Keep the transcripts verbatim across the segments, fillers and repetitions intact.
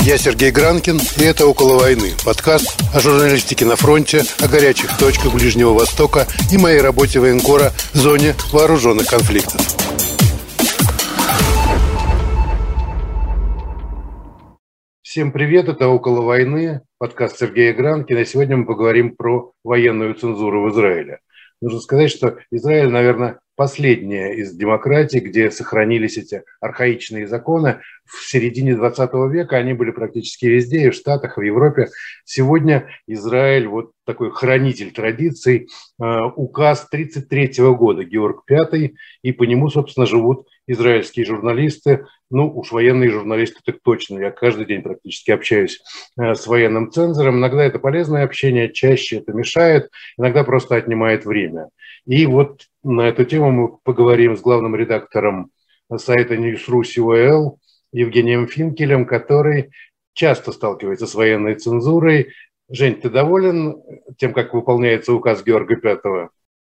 Я Сергей Гранкин, и это «Около войны» – подкаст о журналистике на фронте, о горячих точках Ближнего Востока и моей работе военкора в зоне вооруженных конфликтов. Всем привет, это «Около войны», подкаст Сергея Гранкина. Сегодня мы поговорим про военную цензуру в Израиле. Нужно сказать, что Израиль, наверное, последняя из демократий, где сохранились эти архаичные законы. В середине двадцатого века они были практически везде, и в Штатах, и в Европе. Сегодня Израиль, вот такой хранитель традиций, указ тридцать третьего года, Георг Пятый, и по нему, собственно, живут израильские журналисты. Ну, уж военные журналисты так точно. Я каждый день практически общаюсь с военным цензором. Иногда это полезное общение, чаще это мешает, иногда просто отнимает время. И вот на эту тему мы поговорим с главным редактором сайта News.ru Евгением Финкелем, который часто сталкивается с военной цензурой. Жень, ты доволен тем, как выполняется указ Георга Пятого?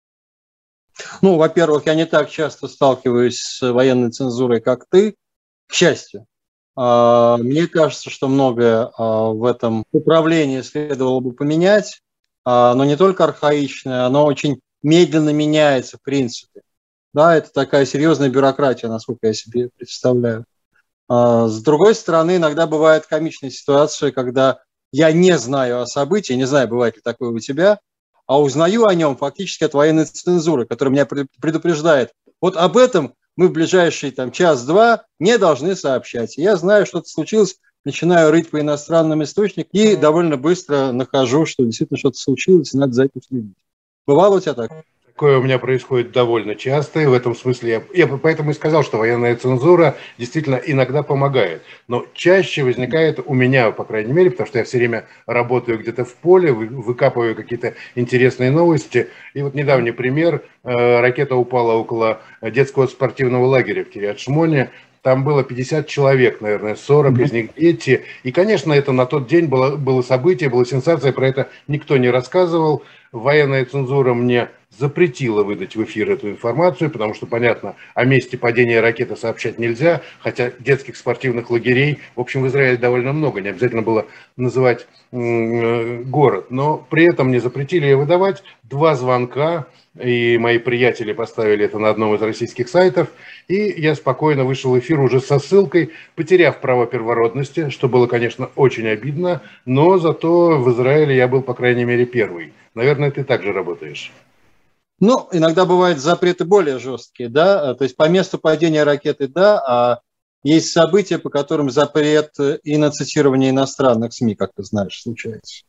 Ну, во-первых, я не так часто сталкиваюсь с военной цензурой, как ты, к счастью. Мне кажется, что многое в этом управлении следовало бы поменять, но не только архаичное, оно очень медленно меняется в принципе. Да, это такая серьезная бюрократия, насколько я себе представляю. С другой стороны, иногда бывает комичная ситуация, когда я не знаю о событии, не знаю, бывает ли такое у тебя, а узнаю о нем фактически от военной цензуры, которая меня предупреждает. Вот об этом мы в ближайший там, час-два не должны сообщать. Я знаю, что-то случилось, начинаю рыть по иностранным источникам и довольно быстро нахожу, что действительно что-то случилось, и надо за этим следить. Бывало у тебя так? Такое у меня происходит довольно часто, и в этом смысле я, я поэтому и сказал, что военная цензура действительно иногда помогает. Но чаще возникает у меня, по крайней мере, потому что я все время работаю где-то в поле, выкапываю какие-то интересные новости. И вот недавний пример. Ракета упала около детского спортивного лагеря в Кирьят-Шмоне. Там было пятьдесят человек, наверное, сорок mm-hmm. из них дети. И, конечно, это на тот день было, было событие, была сенсация, про это никто не рассказывал. Военная цензура мне запретила выдать в эфир эту информацию, потому что, понятно, о месте падения ракеты сообщать нельзя, хотя детских спортивных лагерей, в общем, в Израиле довольно много, не обязательно было называть м- город. Но при этом мне запретили ее выдавать. Два звонка, и мои приятели поставили это на одном из российских сайтов, и я спокойно вышел в эфир уже со ссылкой, потеряв право первородности, что было, конечно, очень обидно, но зато в Израиле я был, по крайней мере, первый. Наверное, ты также работаешь. Ну, иногда бывают запреты более жесткие, да, то есть по месту падения ракеты, да, а есть события, по которым запрет и на цитирование иностранных СМИ, как ты знаешь, случается.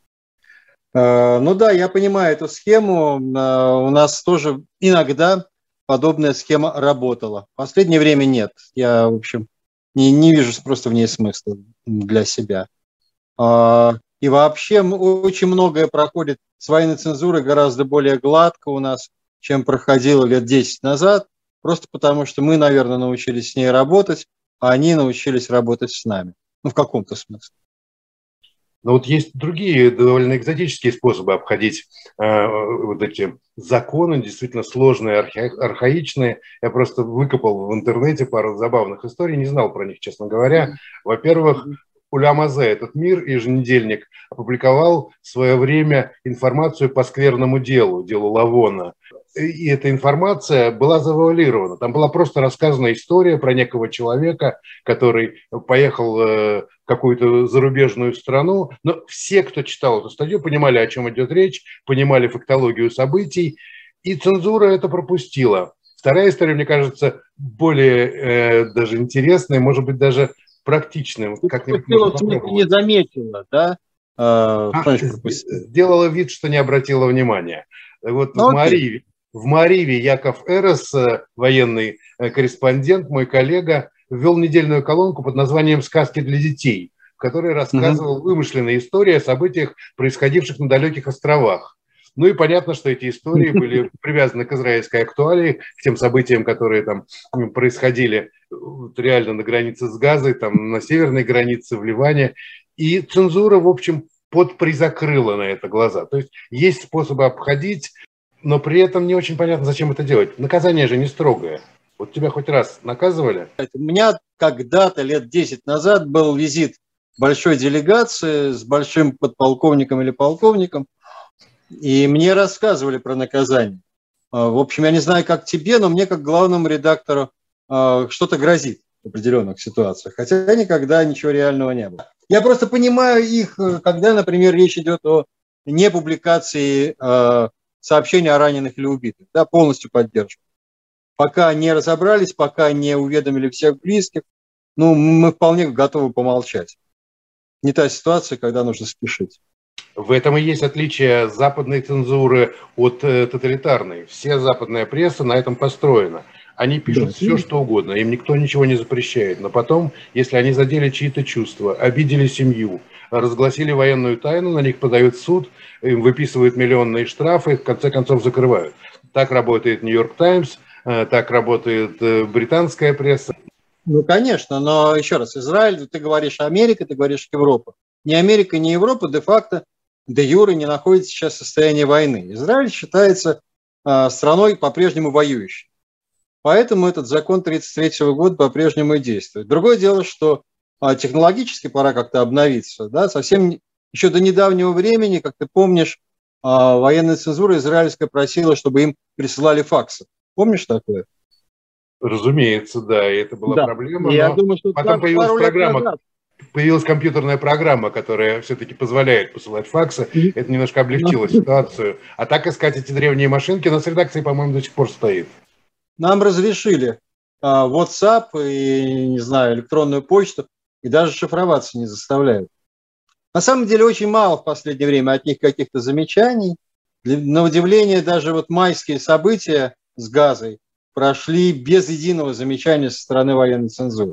Ну да, я понимаю эту схему, у нас тоже иногда подобная схема работала. В последнее время нет, я, в общем, не, не вижу просто в ней смысла для себя. И вообще очень многое проходит с военной цензурой гораздо более гладко у нас, чем проходило лет десять назад, просто потому что мы, наверное, научились с ней работать, а они научились работать с нами. Ну, в каком-то смысле. Но вот есть другие довольно экзотические способы обходить э, вот эти законы, действительно сложные, арха- архаичные. Я просто выкопал в интернете пару забавных историй, не знал про них, честно говоря. Во-первых, Улям Азе, этот мир, еженедельник, опубликовал в свое время информацию по скверному делу, делу Лавона. И эта информация была завуалирована. Там была просто рассказана история про некого человека, который поехал в какую-то зарубежную страну. Но все, кто читал эту статью, понимали, о чем идет речь, понимали фактологию событий, и цензура это пропустила. Вторая история, мне кажется, более э, даже интересная, может быть, даже практичным. Как-нибудь можно попробовать. Не заметила, да? А, сделала вид, что не обратила внимания. Вот ну, в Мариве, в Мариве Яков Эрес, военный корреспондент, мой коллега, ввел недельную колонку под названием «Сказки для детей», в которой рассказывал mm-hmm. вымышленные истории о событиях, происходивших на далеких островах. Ну и понятно, что эти истории были привязаны к израильской актуалии, к тем событиям, которые там происходили реально на границе с Газой, там на северной границе, в Ливане. И цензура, в общем, подпризакрыла на это глаза. То есть есть способы обходить, но при этом не очень понятно, зачем это делать. Наказание же не строгое. Вот тебя хоть раз наказывали? У меня когда-то лет десять назад был визит большой делегации с большим подполковником или полковником, и мне рассказывали про наказание. В общем, я не знаю, как тебе, но мне, как главному редактору, что-то грозит в определенных ситуациях, хотя никогда ничего реального не было. Я просто понимаю их, когда, например, речь идет о непубликации сообщений о раненых или убитых, да, полностью поддерживаю. Пока не разобрались, пока не уведомили всех близких, ну, мы вполне готовы помолчать. Не та ситуация, когда нужно спешить. В этом и есть отличие западной цензуры от э, тоталитарной. Вся западная пресса на этом построена. Они пишут да, все, что угодно, им никто ничего не запрещает. Но потом, если они задели чьи-то чувства, обидели семью, разгласили военную тайну, на них подают в суд, им выписывают миллионные штрафы, в конце концов закрывают. Так работает Нью-Йорк Таймс, э, так работает э, британская пресса. Ну, конечно, но еще раз, Израиль, ты говоришь Америка, ты говоришь Европа. Ни Америка, ни Европа де-факто, де-юре не находится сейчас в состоянии войны. Израиль считается э, страной по-прежнему воюющей. Поэтому этот закон тысяча девятьсот тридцать третьего года по-прежнему и действует. Другое дело, что э, технологически пора как-то обновиться. Да? Совсем еще до недавнего времени, как ты помнишь, э, военная цензура израильская просила, чтобы им присылали факсы. Помнишь такое? Разумеется, да, и это была да. проблема. Я думаю, что потом появилась программа. Появилась компьютерная программа, которая все-таки позволяет посылать факсы. Mm-hmm. Это немножко облегчило mm-hmm. ситуацию. А так искать эти древние машинки, у нас в редакции, по-моему, до сих пор стоит. Нам разрешили а, WhatsApp и, не знаю, электронную почту, и даже шифроваться не заставляют. На самом деле очень мало в последнее время от них каких-то замечаний. На удивление, даже вот майские события с Газой прошли без единого замечания со стороны военной цензуры.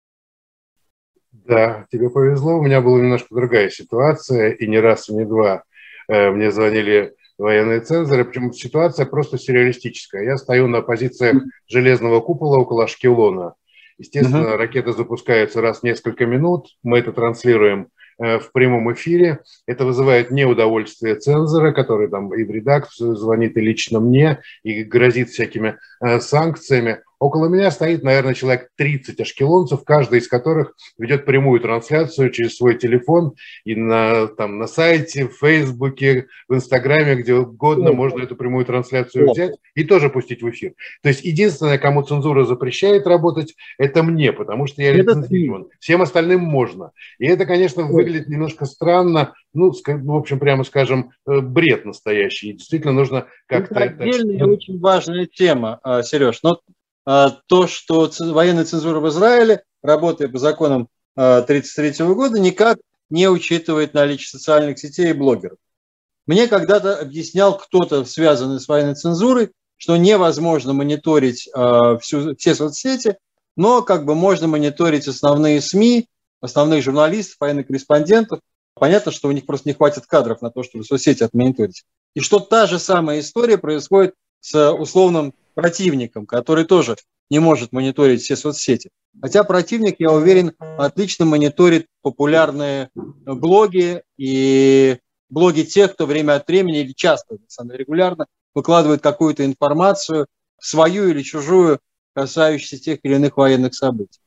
Да, тебе повезло, у меня была немножко другая ситуация, и не раз, и не два мне звонили военные цензоры, причем ситуация просто сюрреалистическая. Я стою на позициях железного купола около Ашкелона. Естественно, uh-huh. ракеты запускаются раз в несколько минут, мы это транслируем в прямом эфире. Это вызывает неудовольствие цензора, который там и в редакцию звонит, и лично мне, и грозит всякими санкциями. Около меня стоит, наверное, человек тридцать ашкелонцев, каждый из которых ведет прямую трансляцию через свой телефон и на, там, на сайте, в Фейсбуке, в Инстаграме, где угодно можно эту прямую трансляцию взять и тоже пустить в эфир. То есть единственное, кому цензура запрещает работать, это мне, потому что я лицензирован. Всем остальным можно. И это, конечно, выглядит немножко странно, ну, в общем, прямо скажем, бред настоящий. И действительно нужно как-то... Это отдельная и очень важная тема, Сереж. Но то, что военная цензура в Израиле, работая по законам тысяча девятьсот тридцать третьего года, никак не учитывает наличие социальных сетей и блогеров. Мне когда-то объяснял кто-то, связанный с военной цензурой, что невозможно мониторить всю, все соцсети, но как бы можно мониторить основные СМИ, основных журналистов, военных корреспондентов. Понятно, что у них просто не хватит кадров на то, чтобы соцсети отмониторить. И что та же самая история происходит с условным противником, который тоже не может мониторить все соцсети. Хотя противник, я уверен, отлично мониторит популярные блоги и блоги тех, кто время от времени или часто, регулярно выкладывает какую-то информацию, свою или чужую, касающуюся тех или иных военных событий.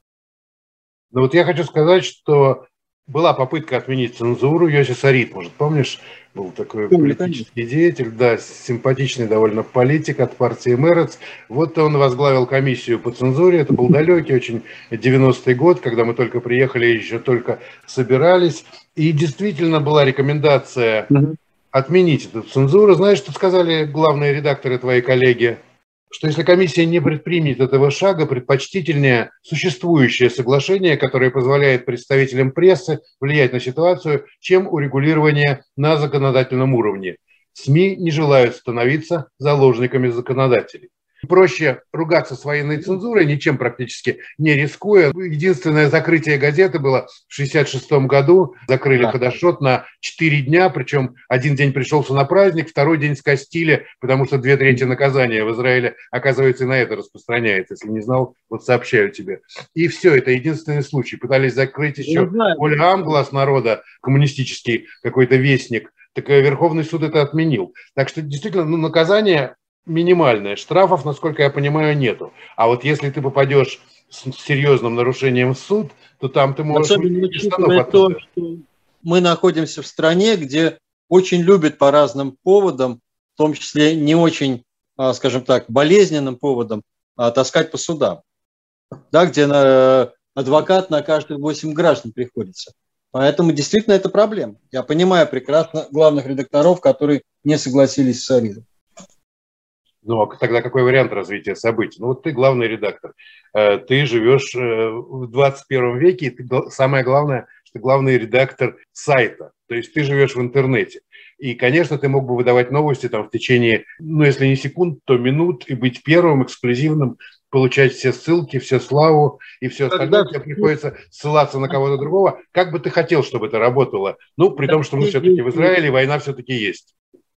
Ну вот я хочу сказать, что была попытка отменить цензуру. Йоси Сарит, может, помнишь, был такой Помню, политический конечно. деятель, да, симпатичный довольно политик от партии Мерец. Вот он возглавил комиссию по цензуре. Это был далекий очень девяностый год, когда мы только приехали, еще только собирались. И действительно была рекомендация отменить эту цензуру. Знаешь, что сказали главные редакторы, твои коллеги? Что если комиссия не предпримет этого шага, предпочтительнее существующее соглашение, которое позволяет представителям прессы влиять на ситуацию, чем урегулирование на законодательном уровне. СМИ не желают становиться заложниками законодателей. Проще ругаться с военной цензурой, ничем практически не рискуя. Единственное закрытие газеты было в шестьдесят шестом году. Закрыли Хадашот на четыре дня, причем один день пришелся на праздник, второй день скостили, потому что две трети наказания в Израиле, оказывается, и на это распространяется. Если не знал, вот сообщаю тебе. И все, это единственный случай. Пытались закрыть еще Ольгам, глаз народа, коммунистический какой-то вестник. Так Верховный суд это отменил. Так что действительно, ну, наказание минимальная. Штрафов, насколько я понимаю, нету. А вот если ты попадешь с серьезным нарушением в суд, то там ты можешь Особенно выйти без штанов учитывая то, оттуда. что мы находимся в стране, где очень любят по разным поводам, в том числе не очень, а, скажем так, болезненным поводам, а, таскать по судам. Да, где на, адвокат на каждых восемь граждан приходится. Поэтому действительно это проблема. Я понимаю прекрасно главных редакторов, которые не согласились с аризом. Ну, а тогда какой вариант развития событий? Ну, вот ты главный редактор, ты живешь в двадцать первом веке, и ты, самое главное, что ты главный редактор сайта, то есть ты живешь в интернете. И, конечно, ты мог бы выдавать новости там в течение, ну, если не секунд, то минут, и быть первым, эксклюзивным, получать все ссылки, всю славу и все остальное. Тебе приходится ссылаться на кого-то другого. Как бы ты хотел, чтобы это работало? Ну, при том, что мы все-таки в Израиле, война все-таки есть.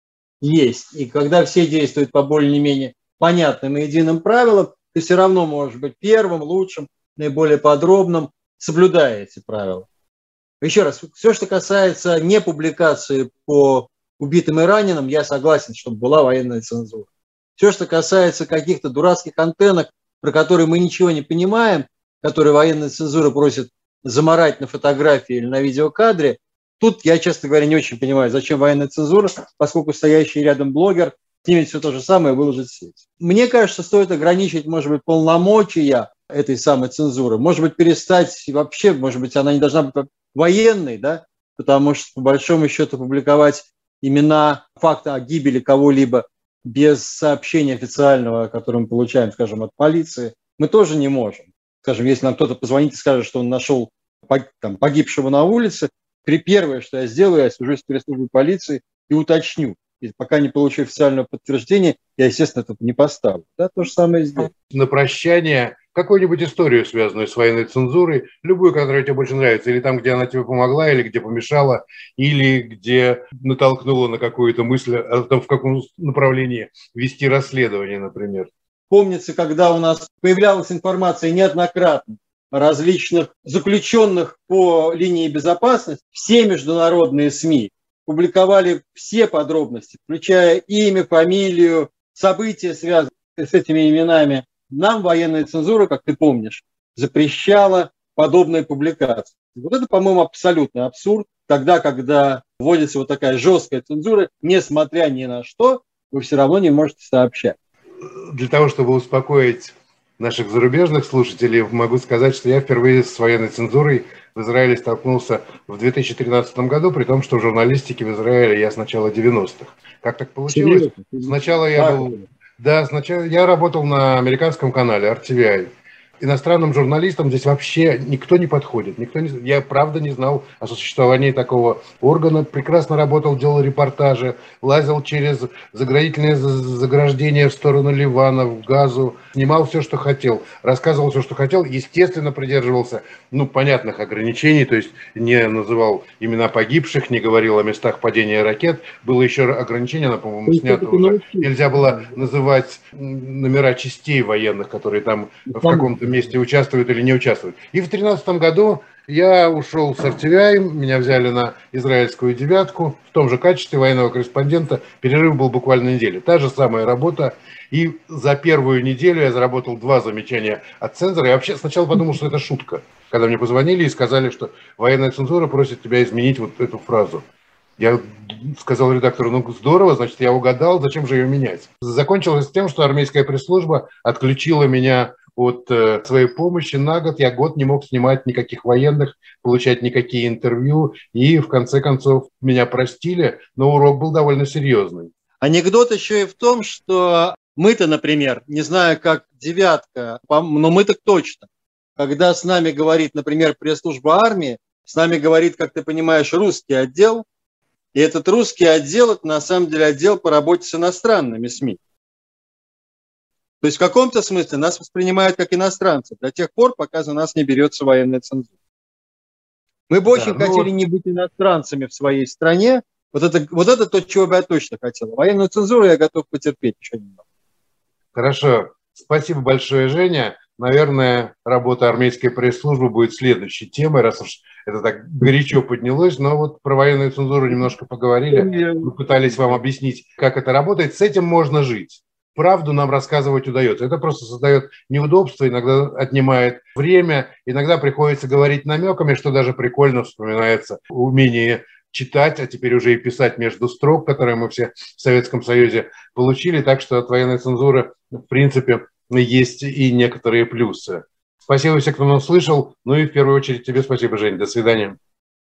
Есть. И когда все действуют по более-менее понятным и единым правилам, ты все равно можешь быть первым, лучшим, наиболее подробным, соблюдая эти правила. Еще раз, все, что касается не публикации по убитым и раненым, я согласен, чтобы была военная цензура. Все, что касается каких-то дурацких антеннок, про которые мы ничего не понимаем, которые военная цензура просит заморать на фотографии или на видеокадре, тут я, честно говоря, не очень понимаю, зачем военная цензура, поскольку стоящий рядом блогер снимет все то же самое и выложит в сеть. Мне кажется, стоит ограничить, может быть, полномочия этой самой цензуры. Может быть, перестать вообще, может быть, она не должна быть военной, да, потому что, по большому счету, публиковать имена, факты о гибели кого-либо без сообщения официального, которое мы получаем, скажем, от полиции, мы тоже не можем. Скажем, если нам кто-то позвонит и скажет, что он нашел там, погибшего на улице, первое, что я сделаю, я свяжусь с пресс-службой полиции и уточню. И пока не получу официального подтверждения, я, естественно, это не поставлю. Да, то же самое здесь. На прощание какую-нибудь историю, связанную с военной цензурой, любую, которая тебе больше нравится, или там, где она тебе помогла, или где помешала, или где натолкнула на какую-то мысль о том, в каком направлении вести расследование, например. Помнится, когда у нас появлялась информация неоднократно о различных заключенных по линии безопасности, все международные СМИ публиковали все подробности, включая имя, фамилию, события, связанные с этими именами. Нам военная цензура, как ты помнишь, запрещала подобные публикации. Вот это, по-моему, абсолютный абсурд. Тогда, когда вводится вот такая жесткая цензура, несмотря ни на что, вы все равно не можете сообщать. Для того, чтобы успокоить наших зарубежных слушателей, могу сказать, что я впервые с военной цензурой в Израиле столкнулся в две тысячи тринадцатом году, при том, что в журналистике в Израиле я с начала девяностых. Как так получилось? Сначала я был... Да, сначала я работал на американском канале ар ти ви ай. Иностранным журналистам здесь вообще никто не подходит. Никто не... Я правда не знал о существовании такого органа. Прекрасно работал, делал репортажи, лазил через заградительные заграждения в сторону Ливана, в Газу, снимал все, что хотел, рассказывал все, что хотел. Естественно, придерживался, ну, понятных ограничений, то есть не называл имена погибших, не говорил о местах падения ракет. Было еще ограничение, оно, по-моему, снято уже. Нельзя было называть номера частей военных, которые там в каком-то месте участвуют или не участвуют. И в две тысячи тринадцатом году я ушел с ар ти ви ай, меня взяли на израильскую девятку в том же качестве военного корреспондента. Перерыв был буквально неделю. Та же самая работа. И за первую неделю я заработал два замечания от цензора. Я вообще сначала подумал, что это шутка. Когда мне позвонили и сказали, что военная цензура просит тебя изменить вот эту фразу. Я сказал редактору, ну здорово, значит, я угадал, зачем же ее менять. Закончилось тем, что армейская пресс-служба отключила меня от э, своей помощи на год. Я год не мог снимать никаких военных, получать никакие интервью. И в конце концов меня простили, но урок был довольно серьезный. Анекдот еще и в том, что мы-то, например, не знаю, как девятка, но мы так точно. Когда с нами говорит, например, пресс-служба армии, с нами говорит, как ты понимаешь, русский отдел, и этот русский отдел, это на самом деле отдел по работе с иностранными СМИ. То есть в каком-то смысле нас воспринимают как иностранцев до тех пор, пока за нас не берется военная цензура. Мы бы да, очень ну... хотели не быть иностранцами в своей стране. Вот это, вот это то, чего бы я точно хотел. Военную цензуру я готов потерпеть еще немного. Хорошо. Спасибо большое, Женя. Наверное, работа армейской пресс-службы будет следующей темой, раз уж это так горячо поднялось. Но вот про военную цензуру немножко поговорили. Мы пытались вам объяснить, как это работает. С этим можно жить. правду нам рассказывать удается. Это просто создает неудобства, иногда отнимает время, иногда приходится говорить намеками, что даже прикольно вспоминается умение читать, а теперь уже и писать между строк, которые мы все в Советском Союзе получили. Так что от военной цензуры, в принципе, есть и некоторые плюсы. Спасибо всем, кто нас слышал. Ну и в первую очередь тебе спасибо, Жень. До свидания.